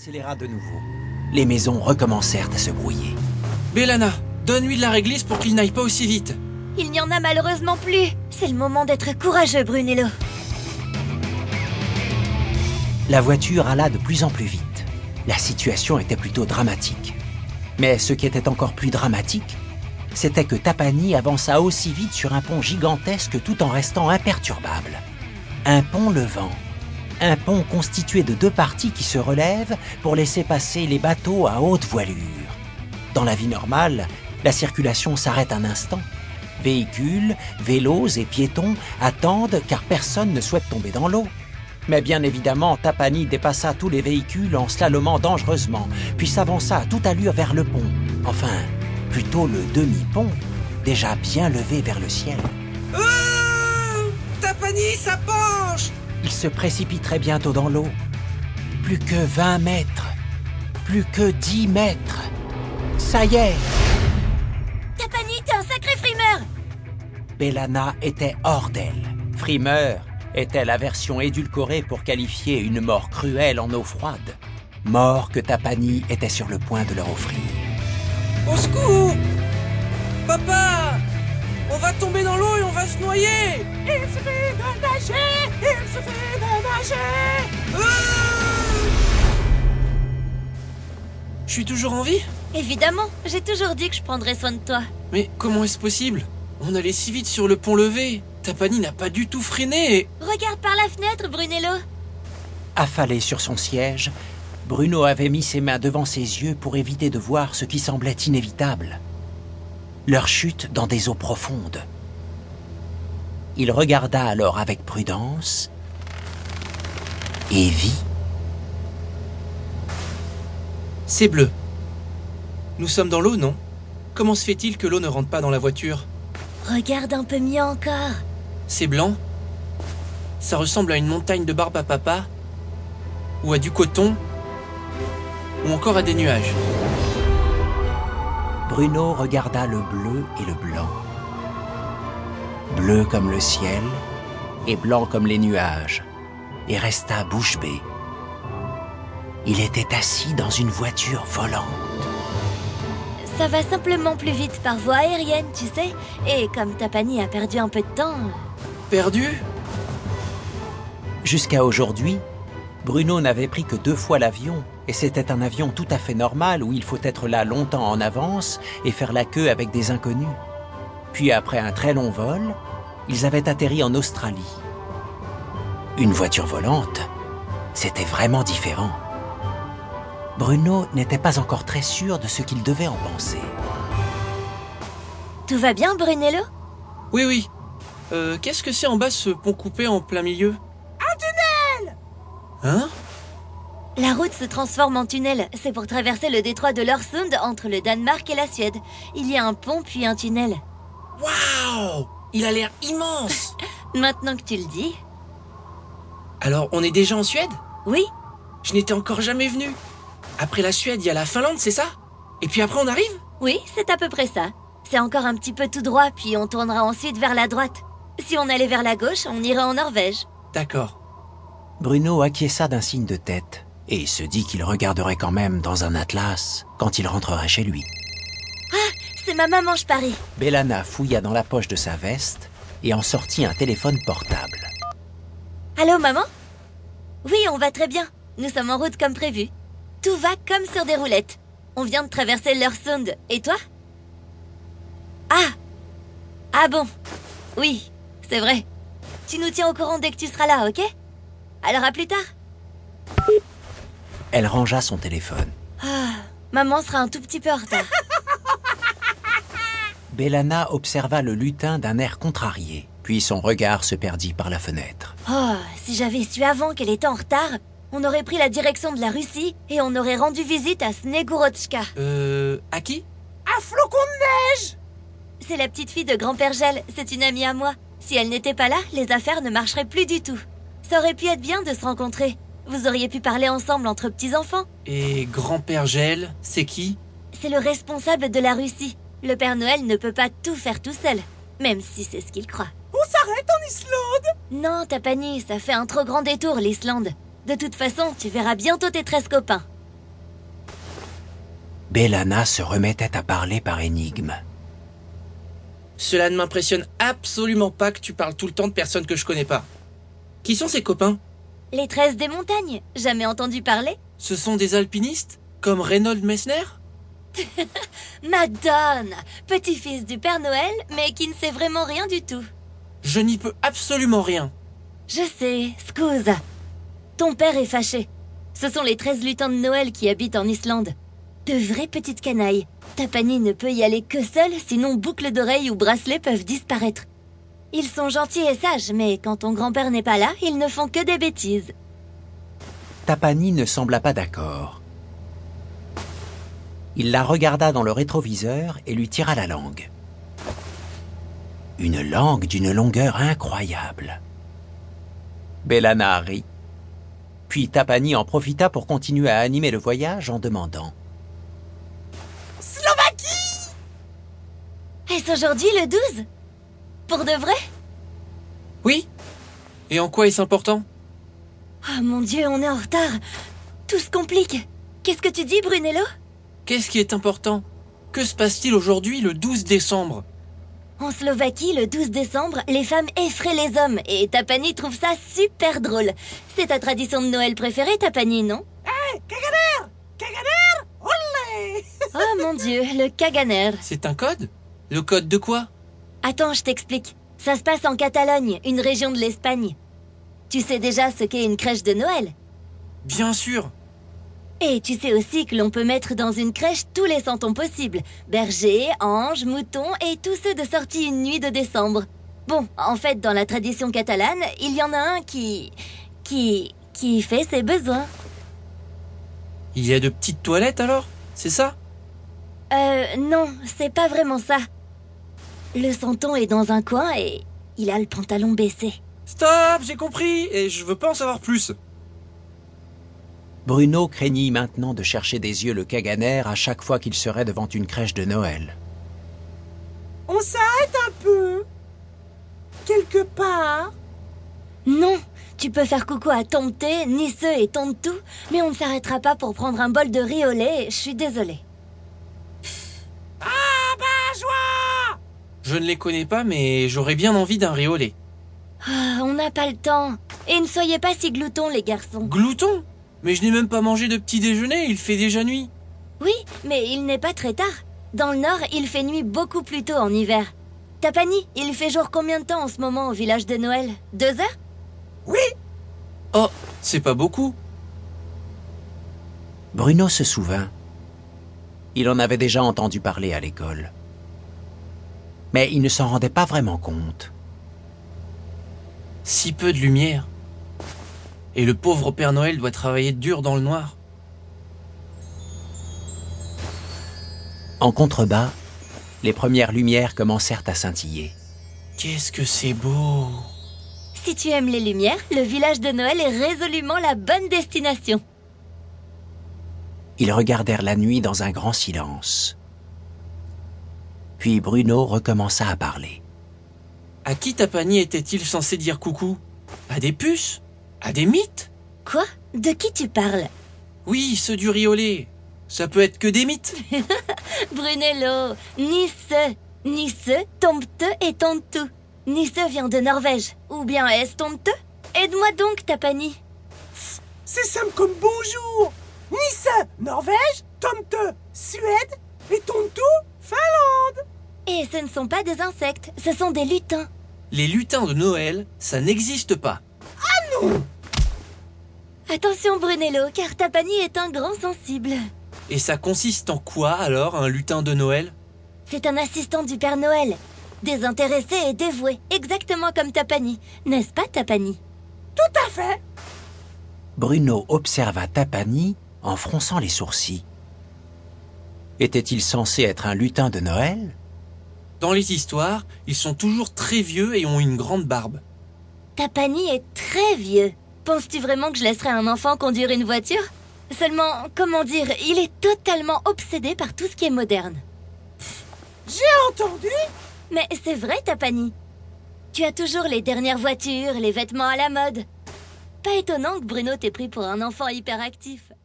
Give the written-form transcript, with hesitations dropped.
s'accéléra de nouveau. Les maisons recommencèrent à se brouiller. Bellana, donne-lui de la réglisse pour qu'il n'aille pas aussi vite. Il n'y en a malheureusement plus. C'est le moment d'être courageux, Brunello. La voiture alla de plus en plus vite. La situation était plutôt dramatique. Mais ce qui était encore plus dramatique, c'était que Tapani avança aussi vite sur un pont gigantesque tout en restant imperturbable. Un pont levant. Un pont constitué de 2 parties qui se relèvent pour laisser passer les bateaux à haute voilure. Dans la vie normale, la circulation s'arrête un instant. Véhicules, vélos et piétons attendent car personne ne souhaite tomber dans l'eau. Mais bien évidemment, Tapani dépassa tous les véhicules en slalomant dangereusement, puis s'avança à toute allure vers le pont. Enfin, plutôt le demi-pont, déjà bien levé vers le ciel. Oh, Tapani, ça penche! Il se précipite très bientôt dans l'eau. Plus que 20 mètres. Plus que 10 mètres. Ça y est! Tapani, t'es un sacré frimeur! Bellana était hors d'elle. Frimeur était la version édulcorée pour qualifier une mort cruelle en eau froide. Mort que Tapani était sur le point de leur offrir. Au secours! Papa! On va tomber dans l'eau et on va se noyer! Il suffit de nager! Il suffit de nager! Je suis toujours en vie? Évidemment, j'ai toujours dit que je prendrais soin de toi. Mais comment est-ce possible? On allait si vite sur le pont levé. Tapani n'a pas du tout freiné et... Regarde par la fenêtre, Brunello. Affalé sur son siège, Bruno avait mis ses mains devant ses yeux pour éviter de voir ce qui semblait inévitable. Leur chute dans des eaux profondes. Il regarda alors avec prudence et vit. C'est bleu. Nous sommes dans l'eau, non? Comment se fait-il que l'eau ne rentre pas dans la voiture? Regarde un peu mieux encore. C'est blanc. Ça ressemble à une montagne de barbe à papa, ou à du coton, ou encore à des nuages. Bruno regarda le bleu et le blanc. Bleu comme le ciel et blanc comme les nuages, et resta bouche bée. Il était assis dans une voiture volante. Ça va simplement plus vite par voie aérienne, tu sais. Et comme Tapani a perdu un peu de temps... Perdu? Jusqu'à aujourd'hui, Bruno n'avait pris que 2 fois l'avion, et c'était un avion tout à fait normal où il faut être là longtemps en avance et faire la queue avec des inconnus. Puis après un très long vol, ils avaient atterri en Australie. Une voiture volante, c'était vraiment différent. Bruno n'était pas encore très sûr de ce qu'il devait en penser. Tout va bien, Brunello? Oui, oui. Qu'est-ce que c'est en bas ce pont coupé en plein milieu? Un tunnel! Hein? La route se transforme en tunnel. C'est pour traverser le détroit de l'Øresund entre le Danemark et la Suède. Il y a un pont puis un tunnel. Waouh! Il a l'air immense! Maintenant que tu le dis... Alors, on est déjà en Suède? Oui, Je n'étais encore jamais venu. Après la Suède, il y a la Finlande, c'est ça? Et puis après, on arrive? oui, c'est à peu près ça. C'est encore un petit peu tout droit, puis on tournera ensuite vers la droite. Si on allait vers la gauche, on irait en Norvège. D'accord. Bruno acquiesça d'un signe de tête et se dit qu'il regarderait quand même dans un atlas quand il rentrerait chez lui. C'est ma maman, je parie. Bellana fouilla dans la poche de sa veste et en sortit un téléphone portable. Allô, maman? Oui, on va très bien. Nous sommes en route comme prévu. Tout va comme sur des roulettes. On vient de traverser l'Øresund. Et toi? Ah bon? Oui, c'est vrai. Tu nous tiens au courant dès que tu seras là, ok? Alors à plus tard. Elle rangea son téléphone. Maman sera un tout petit peu en retard. Bellana observa le lutin d'un air contrarié, puis son regard se perdit par la fenêtre. Oh, si j'avais su avant qu'elle était en retard, on aurait pris la direction de la Russie et on aurait rendu visite à Snegurochka. À qui? Un flocon de neige! C'est la petite fille de grand-père Gel, c'est une amie à moi. Si elle n'était pas là, les affaires ne marcheraient plus du tout. Ça aurait pu être bien de se rencontrer. Vous auriez pu parler ensemble entre petits-enfants. Et grand-père Gel, c'est qui? C'est le responsable de la Russie. Le Père Noël ne peut pas tout faire tout seul, même si c'est ce qu'il croit. On s'arrête en Islande? Non, Tapani, ça fait un trop grand détour, l'Islande. De toute façon, tu verras bientôt tes 13 copains. Bellana se remettait à parler par énigme. Cela ne m'impressionne absolument pas que tu parles tout le temps de personnes que je connais pas. Qui sont ces copains? Les 13 des montagnes, jamais entendu parler? Ce sont des alpinistes? Comme Reynold Messner? Madone, petit-fils du Père Noël, mais qui ne sait vraiment rien du tout. Je n'y peux absolument rien. Je sais, scusa. Ton père est fâché. Ce sont les 13 lutins de Noël qui habitent en Islande. De vraies petites canailles. Tapani ne peut y aller que seul, sinon boucles d'oreilles ou bracelets peuvent disparaître. Ils sont gentils et sages, mais quand ton grand-père n'est pas là, ils ne font que des bêtises. Tapani ne sembla pas d'accord. Il la regarda dans le rétroviseur et lui tira la langue. Une langue d'une longueur incroyable. Bellana rit. Puis Tapani en profita pour continuer à animer le voyage en demandant « Slovaquie! Est-ce aujourd'hui le 12 ? Pour de vrai ? Oui? Et en quoi est-ce important? Oh mon Dieu, on est en retard. Tout se complique. Qu'est-ce que tu dis, Brunello ? Qu'est-ce qui est important? Que se passe-t-il aujourd'hui, le 12 décembre? En Slovaquie, le 12 décembre, les femmes effraient les hommes et Tapani trouve ça super drôle. C'est ta tradition de Noël préférée, Tapani, non ? Hey, Kaganer! Kaganer! Olé! Oh mon Dieu, le Kaganer. C'est un code? Le code de quoi? Attends, je t'explique. Ça se passe en Catalogne, une région de l'Espagne. Tu sais déjà ce qu'est une crèche de Noël ? Bien sûr. Et tu sais aussi que l'on peut mettre dans une crèche tous les santons possibles. Bergers, anges, moutons et tous ceux de sortie une nuit de décembre. Bon, en fait, dans la tradition catalane, il y en a un qui fait ses besoins. Il y a de petites toilettes alors? C'est ça? Non, c'est pas vraiment ça. Le santon est dans un coin et il a le pantalon baissé. Stop, j'ai compris et je veux pas en savoir plus. Bruno craignit maintenant de chercher des yeux le Kaganer à chaque fois qu'il serait devant une crèche de Noël. On s'arrête un peu. Quelque part. Non, tu peux faire coucou à Tomte, Nisse et Tontu, mais on ne s'arrêtera pas pour prendre un bol de riz au lait, je suis désolée. Ah bah joie! Je ne les connais pas, mais j'aurais bien envie d'un riz au lait. Ah, on n'a pas le temps. Et ne soyez pas si gloutons, les garçons. Glouton? Mais je n'ai même pas mangé de petit déjeuner, il fait déjà nuit. Oui, mais il n'est pas très tard. Dans le nord, il fait nuit beaucoup plus tôt en hiver. Tapani, il fait jour combien de temps en ce moment au village de Noël ? 2 heures ? Oui! Oh, c'est pas beaucoup. Bruno se souvint. Il en avait déjà entendu parler à l'école. Mais il ne s'en rendait pas vraiment compte. Si peu de lumière. Et le pauvre Père Noël doit travailler dur dans le noir. En contrebas, les premières lumières commencèrent à scintiller. Qu'est-ce que c'est beau! Si tu aimes les lumières, le village de Noël est résolument la bonne destination. Ils regardèrent la nuit dans un grand silence. Puis Bruno recommença à parler. À qui Tapani était-il censé dire coucou? À des puces? À des mythes? Quoi ? De qui tu parles ? Oui, ceux du riz au lait. Ça peut être que des mythes. Brunello, Nisse, Tomte et Tontu. Nisse vient de Norvège. Ou bien est-ce Tomte ? Aide-moi donc, Tapani. C'est simple comme bonjour. Nice, Norvège, Tomte, Suède et Tontu, Finlande. Et ce ne sont pas des insectes, ce sont des lutins. Les lutins de Noël, ça n'existe pas. Attention Brunello, car Tapani est un grand sensible. Et ça consiste en quoi alors, un lutin de Noël? C'est un assistant du Père Noël. Désintéressé et dévoué, exactement comme Tapani. N'est-ce pas Tapani ? Tout à fait. Bruno observa Tapani en fronçant les sourcils. Était-il censé être un lutin de Noël ? Dans les histoires, ils sont toujours très vieux et ont une grande barbe. Tapani est très vieux. Penses-tu vraiment que je laisserai un enfant conduire une voiture ? Seulement, comment dire, il est totalement obsédé par tout ce qui est moderne. J'ai entendu. Mais c'est vrai, Tapani. Tu as toujours les dernières voitures, les vêtements à la mode. Pas étonnant que Bruno t'ait pris pour un enfant hyperactif.